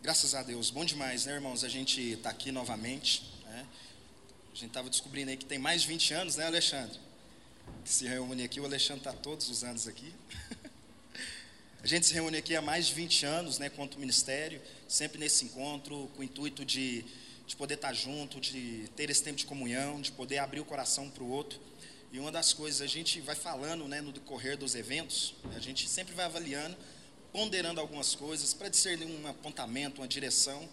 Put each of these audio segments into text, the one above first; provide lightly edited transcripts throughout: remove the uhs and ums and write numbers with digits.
Graças a Deus, bom demais, né, irmãos? A gente está aqui novamente, né? A gente estava descobrindo aí que tem mais de 20 anos, né, Alexandre? Que se reúne aqui, o Alexandre está todos os anos aqui. A gente se reúne aqui há mais de 20 anos, né, quanto ministério, sempre nesse encontro, com o intuito de poder estar junto, de ter esse tempo de comunhão, de poder abrir o coração para o outro. E uma das coisas, a gente vai falando, né, no decorrer dos eventos, a gente sempre vai avaliando, ponderando algumas coisas, para discernir um apontamento, uma direção.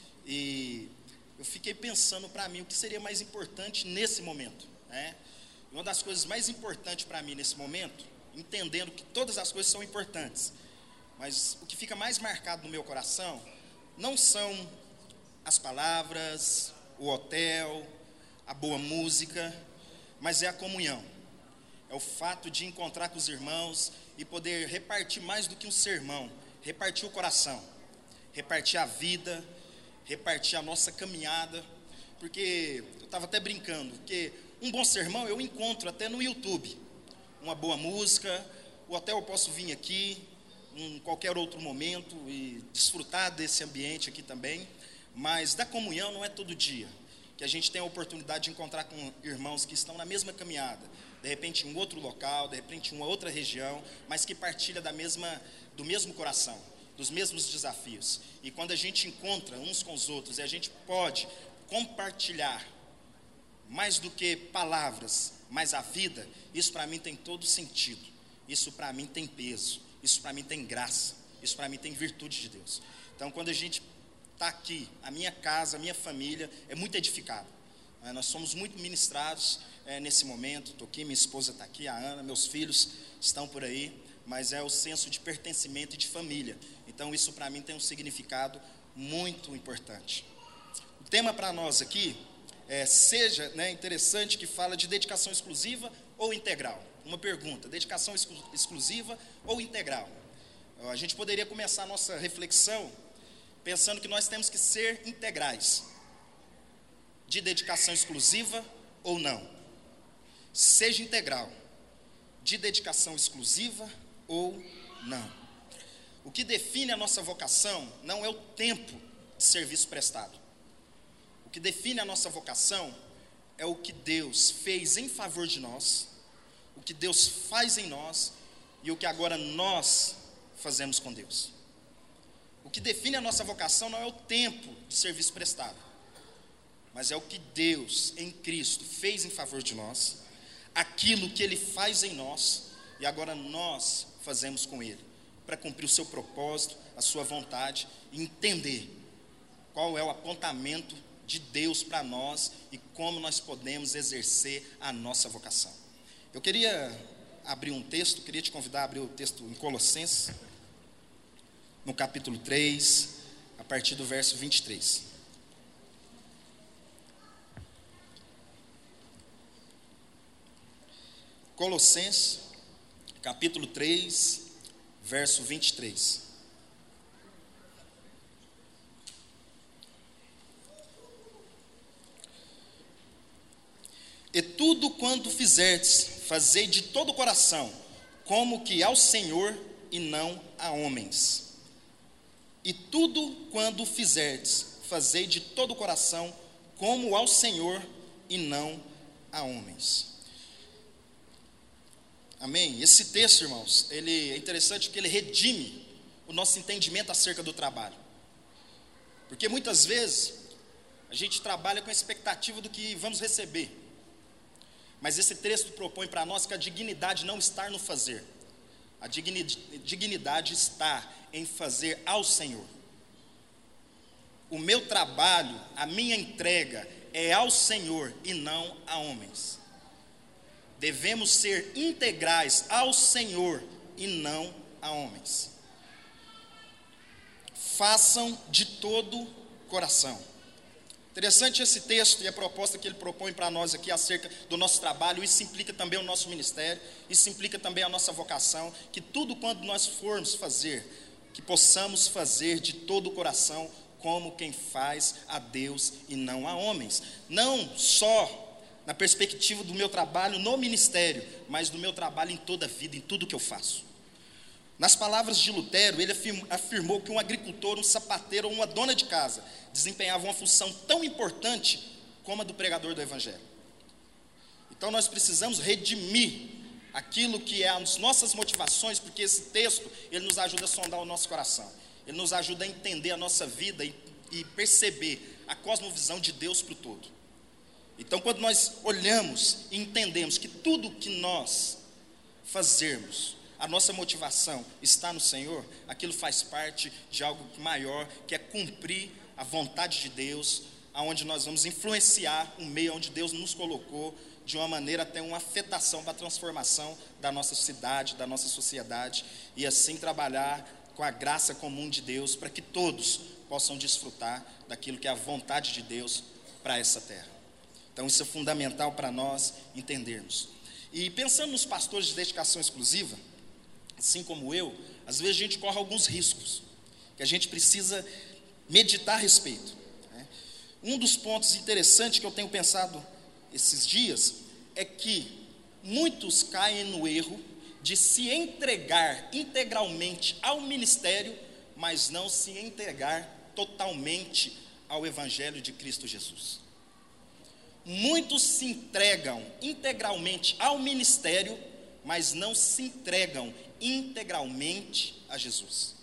E eu fiquei pensando para mim o que seria mais importante nesse momento, né? Uma das coisas mais importantes para mim nesse momento, entendendo que todas as coisas são importantes, mas o que fica mais marcado no meu coração não são as palavras, o hotel, a boa música, mas é a comunhão. É o fato de encontrar com os irmãos e poder repartir mais do que um sermão, repartir o coração, repartir a vida, repartir a nossa caminhada, porque eu estava até brincando, porque um bom sermão eu encontro até no YouTube, uma boa música, ou até eu posso vir aqui, em qualquer outro momento, e desfrutar desse ambiente aqui também, mas da comunhão não é todo dia, que a gente tem a oportunidade de encontrar com irmãos que estão na mesma caminhada, de repente em um outro local, de repente em uma outra região, mas que partilha do mesmo coração, dos mesmos desafios. E quando a gente encontra uns com os outros, e a gente pode compartilhar, mais do que palavras, mas a vida, isso para mim tem todo sentido, isso para mim tem peso, isso para mim tem graça, isso para mim tem virtude de Deus. Então quando a gente está aqui, a minha casa, a minha família é muito edificada. Nós somos muito ministrados nesse momento. Estou aqui, minha esposa está aqui, a Ana, meus filhos estão por aí, mas é o senso de pertencimento e de família. Então isso para mim tem um significado muito importante. O tema para nós aqui seja, né, interessante, que fala de dedicação exclusiva ou integral. Uma pergunta: dedicação exclusiva ou integral? A gente poderia começar a nossa reflexão pensando que nós temos que ser integrais, de dedicação exclusiva ou não. Seja integral, de dedicação exclusiva ou não. O que define a nossa vocação não é o tempo de serviço prestado. O que define a nossa vocação é o que Deus fez em favor de nós, o que Deus faz em nós e o que agora nós fazemos com Deus. O que define a nossa vocação não é o tempo de serviço prestado, mas é o que Deus em Cristo fez em favor de nós, aquilo que Ele faz em nós e agora nós fazemos com Ele, para cumprir o seu propósito, a sua vontade e entender qual é o apontamento de Deus para nós e como nós podemos exercer a nossa vocação. Eu queria abrir um texto, queria te convidar a abrir o texto em Colossenses, no capítulo 3, a partir do verso 23. Colossenses, capítulo 3, verso 23. E tudo quanto fizerdes, fazei de todo o coração, como que ao Senhor e não a homens. E tudo quando fizerdes, fazei de todo o coração, como ao Senhor e não a homens. Amém? Esse texto, irmãos, ele é interessante porque ele redime o nosso entendimento acerca do trabalho. Porque muitas vezes a gente trabalha com a expectativa do que vamos receber. Mas esse texto propõe para nós que a dignidade não está no fazer. A dignidade está em fazer ao Senhor. O meu trabalho, a minha entrega é ao Senhor e não a homens. Devemos ser integrais ao Senhor e não a homens. Façam de todo coração. Interessante esse texto e a proposta que ele propõe para nós aqui acerca do nosso trabalho. Isso implica também o nosso ministério, isso implica também a nossa vocação, que tudo quanto nós formos fazer, que possamos fazer de todo o coração, como quem faz a Deus e não a homens. Não só na perspectiva do meu trabalho no ministério, mas do meu trabalho em toda a vida, em tudo que eu faço. Nas palavras de Lutero, ele afirmou que um agricultor, um sapateiro ou uma dona de casa desempenhavam uma função tão importante como a do pregador do Evangelho. Então nós precisamos redimir aquilo que é as nossas motivações, porque esse texto, ele nos ajuda a sondar o nosso coração, ele nos ajuda a entender a nossa vida e perceber a cosmovisão de Deus para o todo. Então quando nós olhamos e entendemos que tudo que nós fazermos, a nossa motivação está no Senhor, aquilo faz parte de algo maior, que é cumprir a vontade de Deus, aonde nós vamos influenciar o meio onde Deus nos colocou, de uma maneira até uma afetação para a transformação da nossa cidade, da nossa sociedade, e assim trabalhar com a graça comum de Deus, para que todos possam desfrutar daquilo que é a vontade de Deus para essa terra. Então isso é fundamental para nós entendermos. E pensando nos pastores de dedicação exclusiva, assim como eu, às vezes a gente corre alguns riscos, que a gente precisa meditar a respeito. Um dos pontos interessantes que eu tenho pensado esses dias é que muitos caem no erro de se entregar integralmente ao ministério, mas não se entregar totalmente ao Evangelho de Cristo Jesus. Muitos se entregam integralmente ao ministério, mas não se entregam integralmente a Jesus.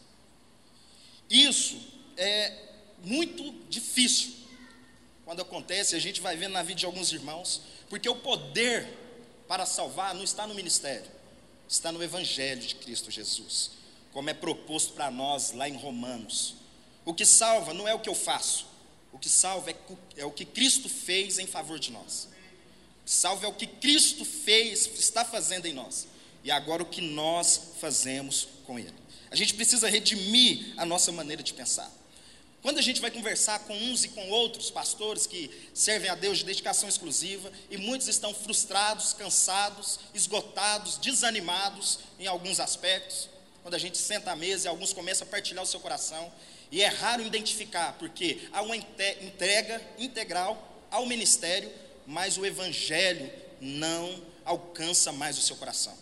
Isso é muito difícil quando acontece, a gente vai vendo na vida de alguns irmãos, porque o poder para salvar não está no ministério, está no Evangelho de Cristo Jesus, como é proposto para nós lá em Romanos. O que salva não é o que eu faço, o que salva é o que Cristo fez em favor de nós. O que salva é o que Cristo fez, está fazendo em nós, e agora o que nós fazemos com Ele. A gente precisa redimir a nossa maneira de pensar. Quando a gente vai conversar com uns e com outros pastores que servem a Deus de dedicação exclusiva, e muitos estão frustrados, cansados, esgotados, desanimados em alguns aspectos, quando a gente senta à mesa e alguns começam a partilhar o seu coração, e é raro identificar, porque há uma entrega integral ao ministério, mas o Evangelho não alcança mais o seu coração.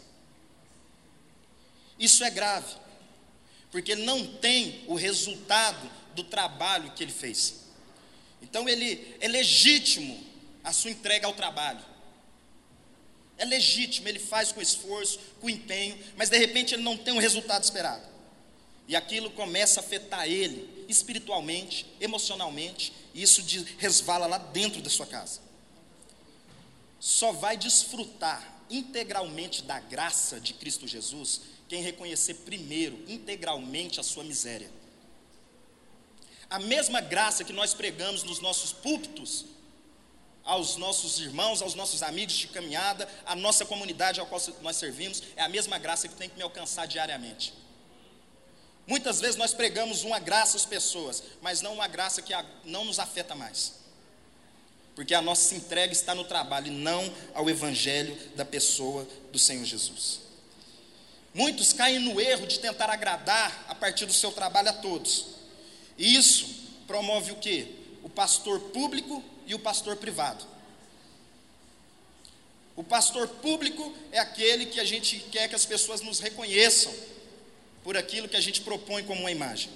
Isso é grave, porque ele não tem o resultado do trabalho que ele fez. Então ele é legítimo a sua entrega ao trabalho, é legítimo, ele faz com esforço, com empenho, mas de repente ele não tem o resultado esperado, e aquilo começa a afetar ele espiritualmente, emocionalmente, e isso resvala lá dentro da sua casa. Só vai desfrutar integralmente da graça de Cristo Jesus quem reconhecer primeiro integralmente a sua miséria. A mesma graça que nós pregamos nos nossos púlpitos, aos nossos irmãos, aos nossos amigos de caminhada, à nossa comunidade ao qual nós servimos, é a mesma graça que tem que me alcançar diariamente. Muitas vezes nós pregamos uma graça às pessoas, mas não uma graça que não nos afeta mais, porque a nossa entrega está no trabalho e não ao Evangelho da pessoa do Senhor Jesus. Muitos caem no erro de tentar agradar a partir do seu trabalho a todos. E isso promove o quê? O pastor público e o pastor privado. O pastor público é aquele que a gente quer que as pessoas nos reconheçam por aquilo que a gente propõe como uma imagem.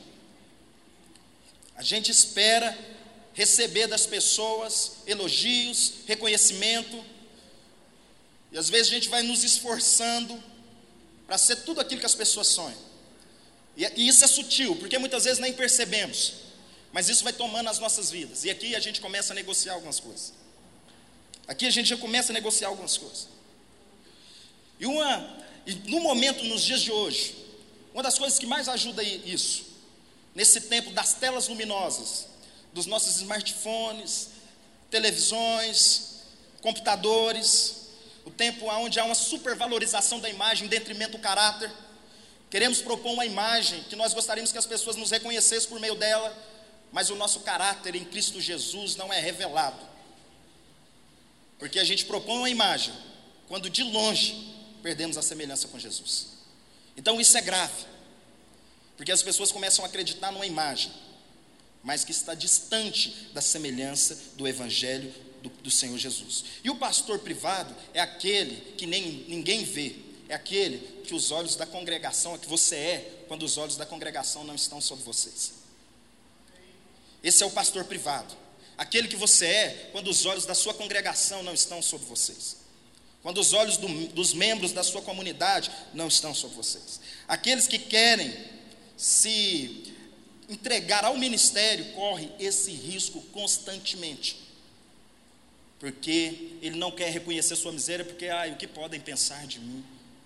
A gente espera receber das pessoas elogios, reconhecimento, e às vezes a gente vai nos esforçando para ser tudo aquilo que as pessoas sonham. E isso é sutil, porque muitas vezes nem percebemos, mas isso vai tomando as nossas vidas, e aqui a gente começa a negociar algumas coisas. Aqui a gente já começa a negociar algumas coisas. E no momento, nos dias de hoje, uma das coisas que mais ajuda isso, nesse tempo das telas luminosas, dos nossos smartphones, televisões, computadores, o tempo onde há uma supervalorização da imagem em detrimento do caráter, queremos propor uma imagem que nós gostaríamos que as pessoas nos reconhecessem por meio dela, mas o nosso caráter em Cristo Jesus não é revelado, porque a gente propõe uma imagem, quando de longe perdemos a semelhança com Jesus. Então isso é grave, porque as pessoas começam a acreditar numa imagem, mas que está distante da semelhança do Evangelho do Senhor Jesus. E o pastor privado é aquele que ninguém vê, é aquele que os olhos da congregação, que você é, quando os olhos da congregação não estão sobre vocês. Esse é o pastor privado. Aquele que você é, quando os olhos da sua congregação não estão sobre vocês. Quando os olhos dos membros da sua comunidade não estão sobre vocês. Aqueles que querem se entregar ao ministério, corre esse risco constantemente. Porque ele não quer reconhecer sua miséria, porque, o que podem pensar de mim?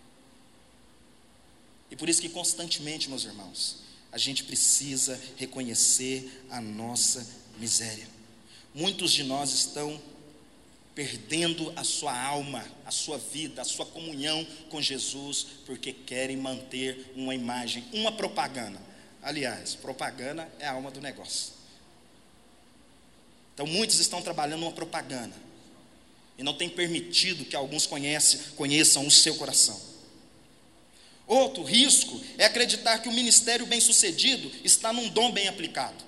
E por isso que constantemente, meus irmãos, a gente precisa reconhecer a nossa miséria. Muitos de nós estão perdendo a sua alma, a sua vida, a sua comunhão com Jesus, porque querem manter uma imagem, uma propaganda. Aliás, propaganda é a alma do negócio. Então muitos estão trabalhando uma propaganda e não tem permitido que alguns conheçam o seu coração. Outro risco é acreditar que o ministério bem-sucedido está num dom bem aplicado.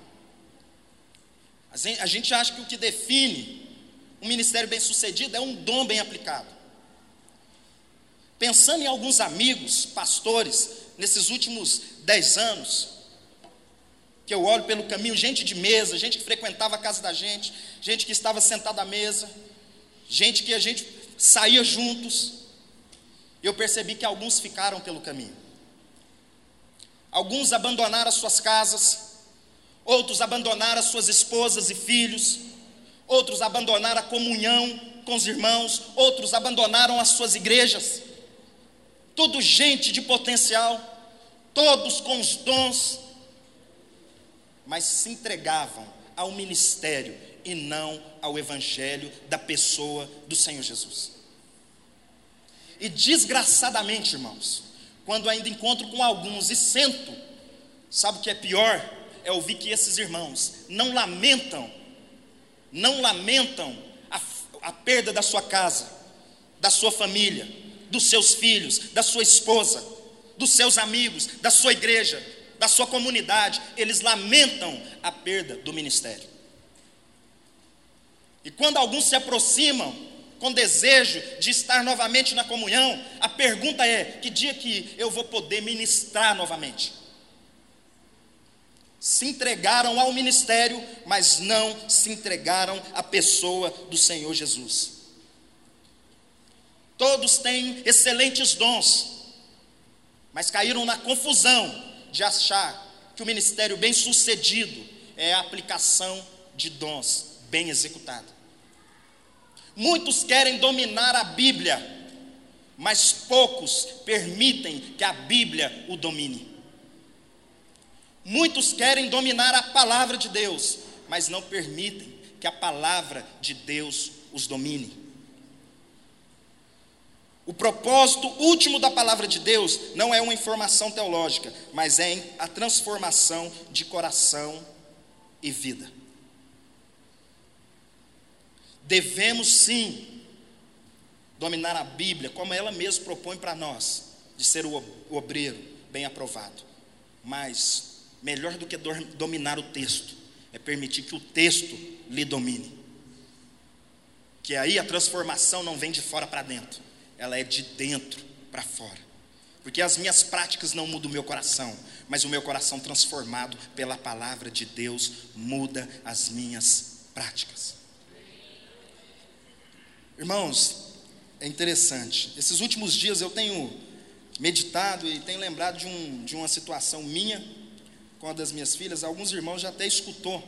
A gente acha que o que define um ministério bem-sucedido é um dom bem aplicado. Pensando em alguns amigos, pastores, nesses últimos 10 anos, que eu olho pelo caminho, gente de mesa, gente que frequentava a casa da gente que estava sentada à mesa, gente que a gente saía juntos, eu percebi que alguns ficaram pelo caminho. Alguns abandonaram as suas casas, outros abandonaram as suas esposas e filhos, outros abandonaram a comunhão com os irmãos, outros abandonaram as suas igrejas. Tudo gente de potencial, todos com os dons, mas se entregavam ao ministério e não ao evangelho da pessoa do Senhor Jesus. E desgraçadamente, irmãos, quando ainda encontro com alguns e sento, sabe o que é pior? É ouvir que esses irmãos não lamentam a perda da sua casa, da sua família, dos seus filhos, da sua esposa, dos seus amigos, da sua igreja, da sua comunidade. Eles lamentam a perda do ministério. E quando alguns se aproximam com desejo de estar novamente na comunhão, a pergunta é: que dia que eu vou poder ministrar novamente? Se entregaram ao ministério, mas não se entregaram à pessoa do Senhor Jesus. Todos têm excelentes dons, mas caíram na confusão de achar que o ministério bem sucedido é a aplicação de dons bem executados. Muitos querem dominar a Bíblia, mas poucos permitem que a Bíblia o domine. Muitos querem dominar a palavra de Deus, mas não permitem que a palavra de Deus os domine. O propósito último da palavra de Deus não é uma informação teológica, mas é a transformação de coração e vida. Devemos sim dominar a Bíblia, como ela mesma propõe para nós, de ser o obreiro bem aprovado. Mas melhor do que dominar o texto é permitir que o texto lhe domine. Que aí a transformação não vem de fora para dentro, ela é de dentro para fora. Porque as minhas práticas não mudam o meu coração, mas o meu coração transformado pela palavra de Deus muda as minhas práticas. Irmãos, é interessante. Esses últimos dias eu tenho meditado e tenho lembrado de uma situação minha com uma das minhas filhas. Alguns irmãos já até escutou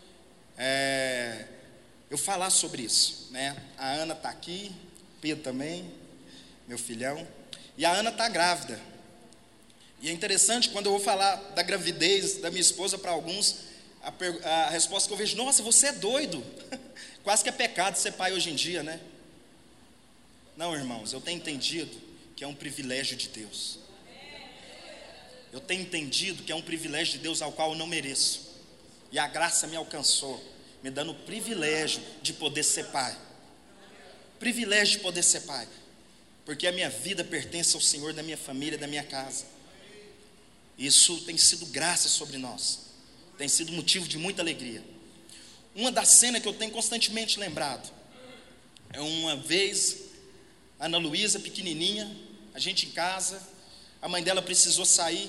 eu falar sobre isso, né? A Ana está aqui, Pedro também, meu filhão, e a Ana está grávida. E é interessante, quando eu vou falar da gravidez da minha esposa para alguns, a resposta que eu vejo: nossa, você é doido. Quase que é pecado ser pai hoje em dia, né? Não, irmãos, eu tenho entendido que é um privilégio de Deus. Eu tenho entendido que é um privilégio de Deus ao qual eu não mereço. E a graça me alcançou, me dando o privilégio de poder ser pai. Privilégio de poder ser pai. Porque a minha vida pertence ao Senhor, da minha família, da minha casa. Isso tem sido graça sobre nós. Tem sido motivo de muita alegria. Uma das cenas que eu tenho constantemente lembrado é uma vez, Ana Luísa, pequenininha, a gente em casa, a mãe dela precisou sair,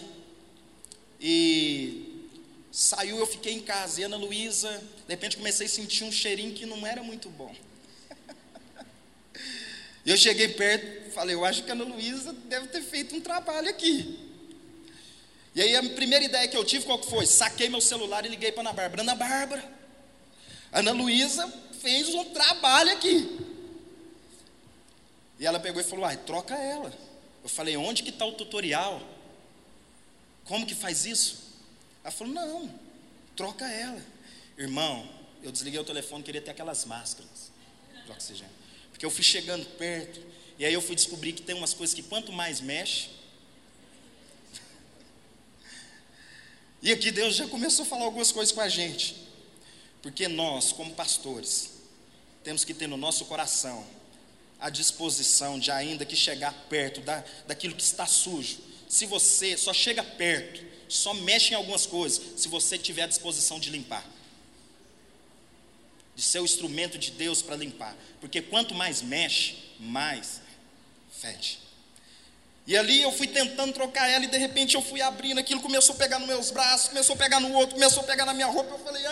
e saiu, eu fiquei em casa, e Ana Luísa, de repente comecei a sentir um cheirinho que não era muito bom. E eu cheguei perto, falei, eu acho que a Ana Luísa deve ter feito um trabalho aqui. E aí a primeira ideia que eu tive, qual que foi? Saquei meu celular e liguei para Ana Bárbara. Ana Bárbara, a Ana Luísa fez um trabalho aqui. E ela pegou e falou, troca ela. Eu falei, onde que está o tutorial? Como que faz isso? Ela falou, não, troca ela. Irmão, eu desliguei o telefone, queria ter aquelas máscaras de oxigênio. Porque eu fui chegando perto, e aí eu fui descobrir que tem umas coisas que quanto mais mexe. E aqui Deus já começou a falar algumas coisas com a gente. Porque nós, como pastores, temos que ter no nosso coração a disposição de, ainda que chegar perto daquilo que está sujo. Se você só chega perto, só mexe em algumas coisas, se você tiver a disposição de limpar, de ser o instrumento de Deus para limpar. Porque quanto mais mexe, mais fede. E ali eu fui tentando trocar ela, e de repente eu fui abrindo, aquilo começou a pegar nos meus braços, começou a pegar no outro, começou a pegar na minha roupa. Eu falei,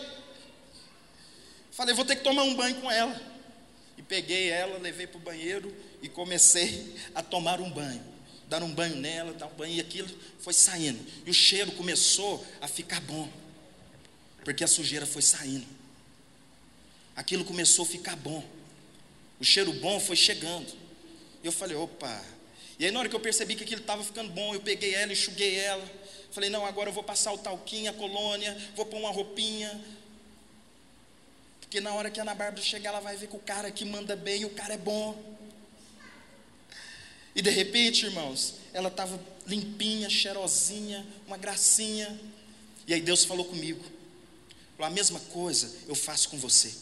falei, vou ter que tomar um banho com ela. E peguei ela, levei para o banheiro e comecei a tomar um banho, dar um banho nela, dar um banho, e aquilo foi saindo, e o cheiro começou a ficar bom, porque a sujeira foi saindo, aquilo começou a ficar bom, o cheiro bom foi chegando. Eu falei, opa. E aí na hora que eu percebi que aquilo estava ficando bom, eu peguei ela, enxuguei ela, falei, não, agora eu vou passar o talquinho, a colônia, vou pôr uma roupinha, porque na hora que a Ana Bárbara chegar, ela vai ver que o cara aqui manda bem, o cara é bom. E de repente, irmãos, ela estava limpinha, cheirosinha, uma gracinha. E aí Deus falou comigo, falou, a mesma coisa eu faço com você.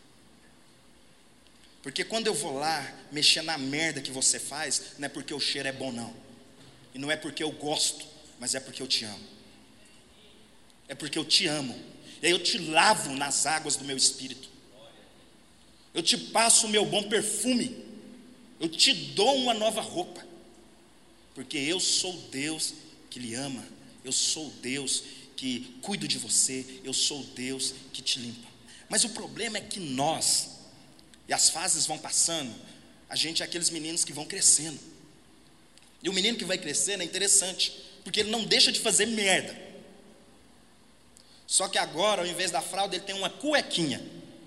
Porque quando eu vou lá mexer na merda que você faz, não é porque o cheiro é bom não, e não é porque eu gosto, mas é porque eu te amo. É porque eu te amo. E aí eu te lavo nas águas do meu espírito, eu te passo o meu bom perfume, eu te dou uma nova roupa, porque eu sou Deus que lhe ama, eu sou Deus que cuido de você, eu sou Deus que te limpa. Mas o problema é que nós, e as fases vão passando, a gente é aqueles meninos que vão crescendo, e o menino que vai crescendo é interessante, porque ele não deixa de fazer merda, só que agora, ao invés da fralda, ele tem uma cuequinha,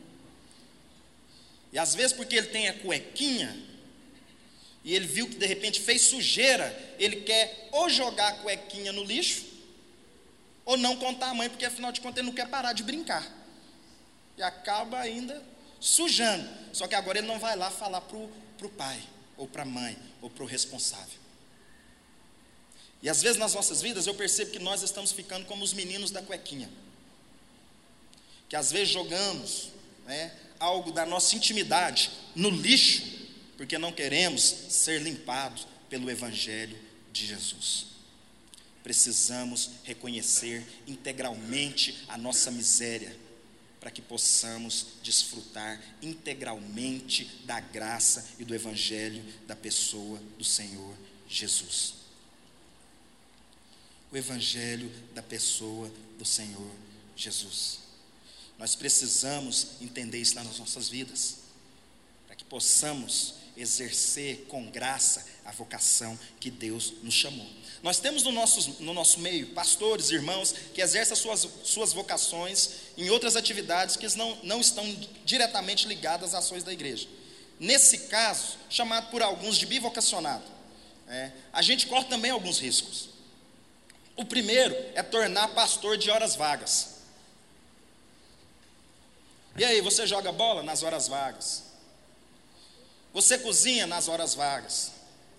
e às vezes porque ele tem a cuequinha, e ele viu que de repente fez sujeira, ele quer ou jogar a cuequinha no lixo, ou não contar a mãe, porque afinal de contas ele não quer parar de brincar, e acaba ainda sujando. Só que agora ele não vai lá falar para o pai, ou para a mãe, ou para o responsável. E às vezes nas nossas vidas eu percebo que nós estamos ficando como os meninos da cuequinha, que às vezes jogamos, algo da nossa intimidade no lixo, porque não queremos ser limpados pelo Evangelho de Jesus. Precisamos reconhecer integralmente a nossa miséria, para que possamos desfrutar integralmente da graça e do Evangelho da pessoa do Senhor Jesus. O Evangelho da pessoa do Senhor Jesus. Nós precisamos entender isso nas nossas vidas, para que possamos exercer com graça a vocação que Deus nos chamou. Nós temos no nosso meio pastores, irmãos, que exercem as suas vocações em outras atividades que não estão diretamente ligadas às ações da igreja. Nesse caso, chamado por alguns de bivocacionado, a gente corre também alguns riscos. O primeiro é tornar pastor de horas vagas. E aí, você joga bola nas horas vagas? Você cozinha nas horas vagas?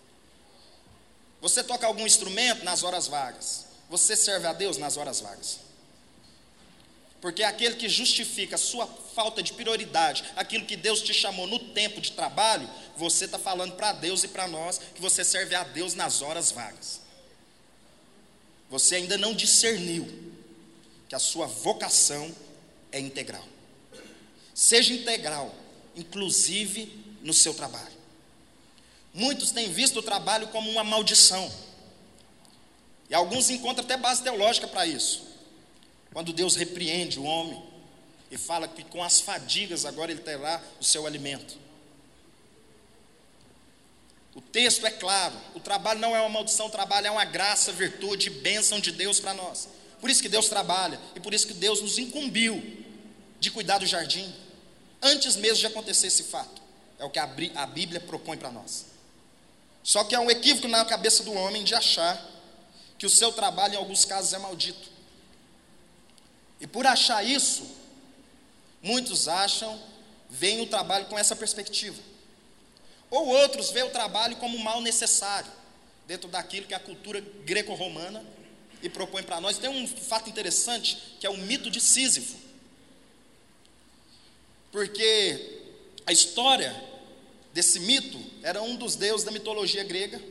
Você toca algum instrumento nas horas vagas? Você serve a Deus nas horas vagas? Porque aquele que justifica a sua falta de prioridade, aquilo que Deus te chamou no tempo de trabalho, você está falando para Deus e para nós que você serve a Deus nas horas vagas. Você ainda não discerniu que a sua vocação é integral. Seja integral, inclusive no seu trabalho. Muitos têm visto o trabalho como uma maldição. E alguns encontram até base teológica para isso. Quando Deus repreende o homem e fala que com as fadigas agora ele terá o seu alimento. O texto é claro, o trabalho não é uma maldição, o trabalho é uma graça, virtude, bênção de Deus para nós. Por isso que Deus trabalha e por isso que Deus nos incumbiu de cuidar do jardim, antes mesmo de acontecer esse fato. É o que a Bíblia propõe para nós. Só que há um equívoco na cabeça do homem de achar que o seu trabalho em alguns casos é maldito. E por achar isso, muitos veem o trabalho com essa perspectiva. Ou outros veem o trabalho como um mal necessário, dentro daquilo que a cultura greco-romana e propõe para nós. Tem um fato interessante, que é o mito de Sísifo. Porque a história desse mito era um dos deuses da mitologia grega.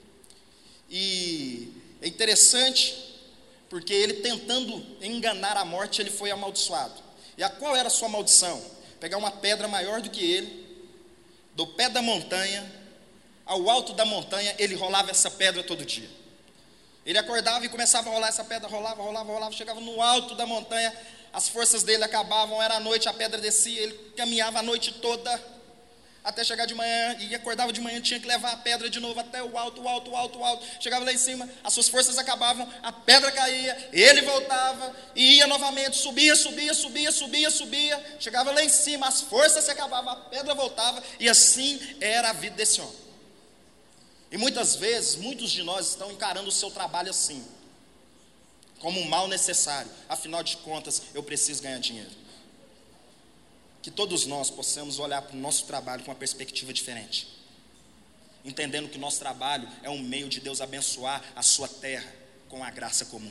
E é interessante, porque ele tentando enganar a morte, ele foi amaldiçoado. E qual era a sua maldição? Pegar uma pedra maior do que ele, do pé da montanha ao alto da montanha, ele rolava essa pedra todo dia. Ele acordava e começava a rolar essa pedra, rolava, chegava no alto da montanha, as forças dele acabavam, era a noite, a pedra descia, ele caminhava a noite toda, até chegar de manhã, e acordava de manhã, tinha que levar a pedra de novo até o alto, chegava lá em cima, as suas forças acabavam, a pedra caía, ele voltava, e ia novamente, subia, chegava lá em cima, as forças se acabavam, a pedra voltava, e assim era a vida desse homem. E muitas vezes, muitos de nós estão encarando o seu trabalho assim, como um mal necessário, afinal de contas, eu preciso ganhar dinheiro. Que todos nós possamos olhar para o nosso trabalho com uma perspectiva diferente, entendendo que o nosso trabalho é um meio de Deus abençoar a sua terra com a graça comum,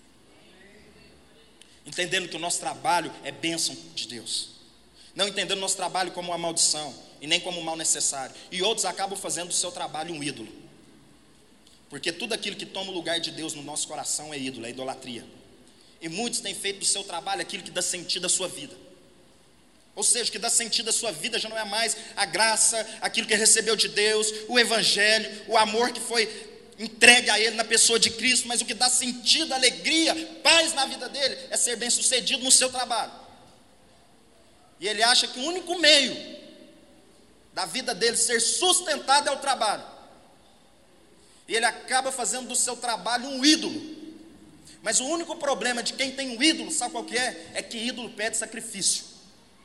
entendendo que o nosso trabalho é bênção de Deus, não entendendo o nosso trabalho como uma maldição e nem como um mal necessário. E outros acabam fazendo do seu trabalho um ídolo, porque tudo aquilo que toma o lugar de Deus no nosso coração é ídolo, é idolatria. E muitos têm feito do seu trabalho aquilo que dá sentido à sua vida. Ou seja, o que dá sentido à sua vida já não é mais a graça, aquilo que recebeu de Deus, o evangelho, o amor que foi entregue a ele na pessoa de Cristo, mas o que dá sentido, alegria, paz na vida dele é ser bem sucedido no seu trabalho. E ele acha que o único meio da vida dele ser sustentado é o trabalho. E ele acaba fazendo do seu trabalho um ídolo. Mas o único problema de quem tem um ídolo, sabe qual que é? É que ídolo pede sacrifício.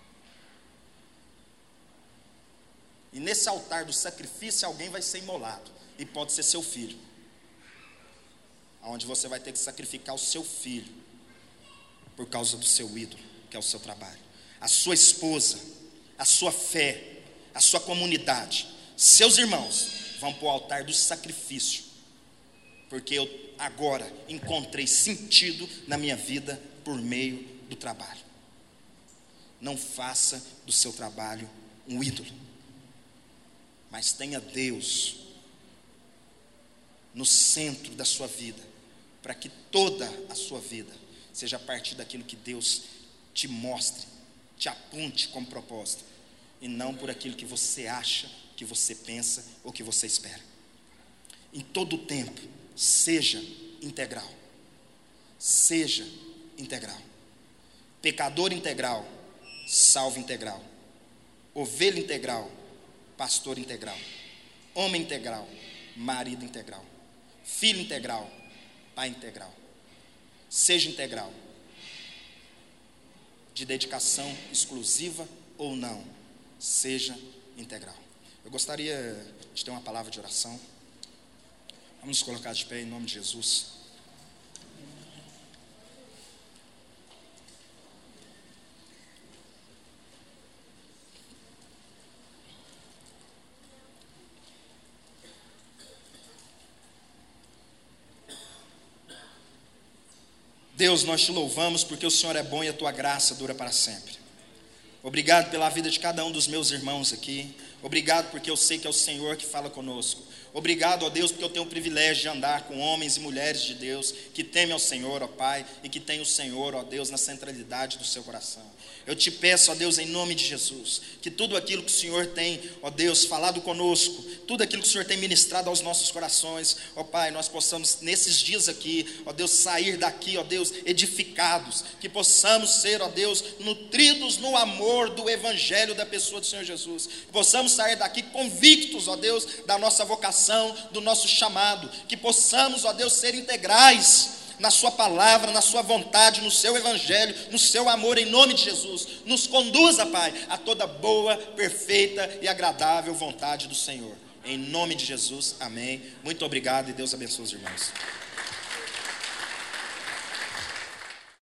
E nesse altar do sacrifício alguém vai ser imolado, e pode ser seu filho, onde você vai ter que sacrificar o seu filho, por causa do seu ídolo, que é o seu trabalho. A sua esposa, a sua fé, a sua comunidade, seus irmãos, vão para o altar do sacrifício, porque eu agora encontrei sentido na minha vida, por meio do trabalho. Não faça do seu trabalho um ídolo, mas tenha Deus no centro da sua vida, para que toda a sua vida seja a partir daquilo que Deus te mostre, te aponte como propósito, e não por aquilo que você acha, que você pensa ou que você espera. Em todo o tempo, seja integral. Seja integral. Pecador integral, salvo integral. Ovelha integral, pastor integral. Homem integral, marido integral. Filho integral, pai integral. Seja integral. De dedicação exclusiva ou não, seja integral. Eu gostaria de ter uma palavra de oração. Vamos nos colocar de pé em nome de Jesus. Deus, nós te louvamos porque o Senhor é bom e a tua graça dura para sempre. Obrigado pela vida de cada um dos meus irmãos aqui. Obrigado porque eu sei que é o Senhor que fala conosco. Obrigado, ó Deus, porque eu tenho o privilégio de andar com homens e mulheres de Deus que temem ao Senhor, ó Pai, e que têm o Senhor, ó Deus, na centralidade do seu coração. Eu te peço, ó Deus, em nome de Jesus, que tudo aquilo que o Senhor tem, ó Deus, falado conosco, tudo aquilo que o Senhor tem ministrado aos nossos corações, ó Pai, nós possamos nesses dias aqui, ó Deus, sair daqui, ó Deus, edificados, que possamos ser, ó Deus, nutridos no amor do Evangelho da pessoa do Senhor Jesus, que possamos sair daqui convictos, ó Deus, da nossa vocação, do nosso chamado, que possamos, ó Deus, ser integrais na sua palavra, na sua vontade, no seu evangelho, no seu amor, em nome de Jesus. Nos conduza, Pai, a toda boa, perfeita e agradável vontade do Senhor. Em nome de Jesus, amém. Muito obrigado e Deus abençoe os irmãos.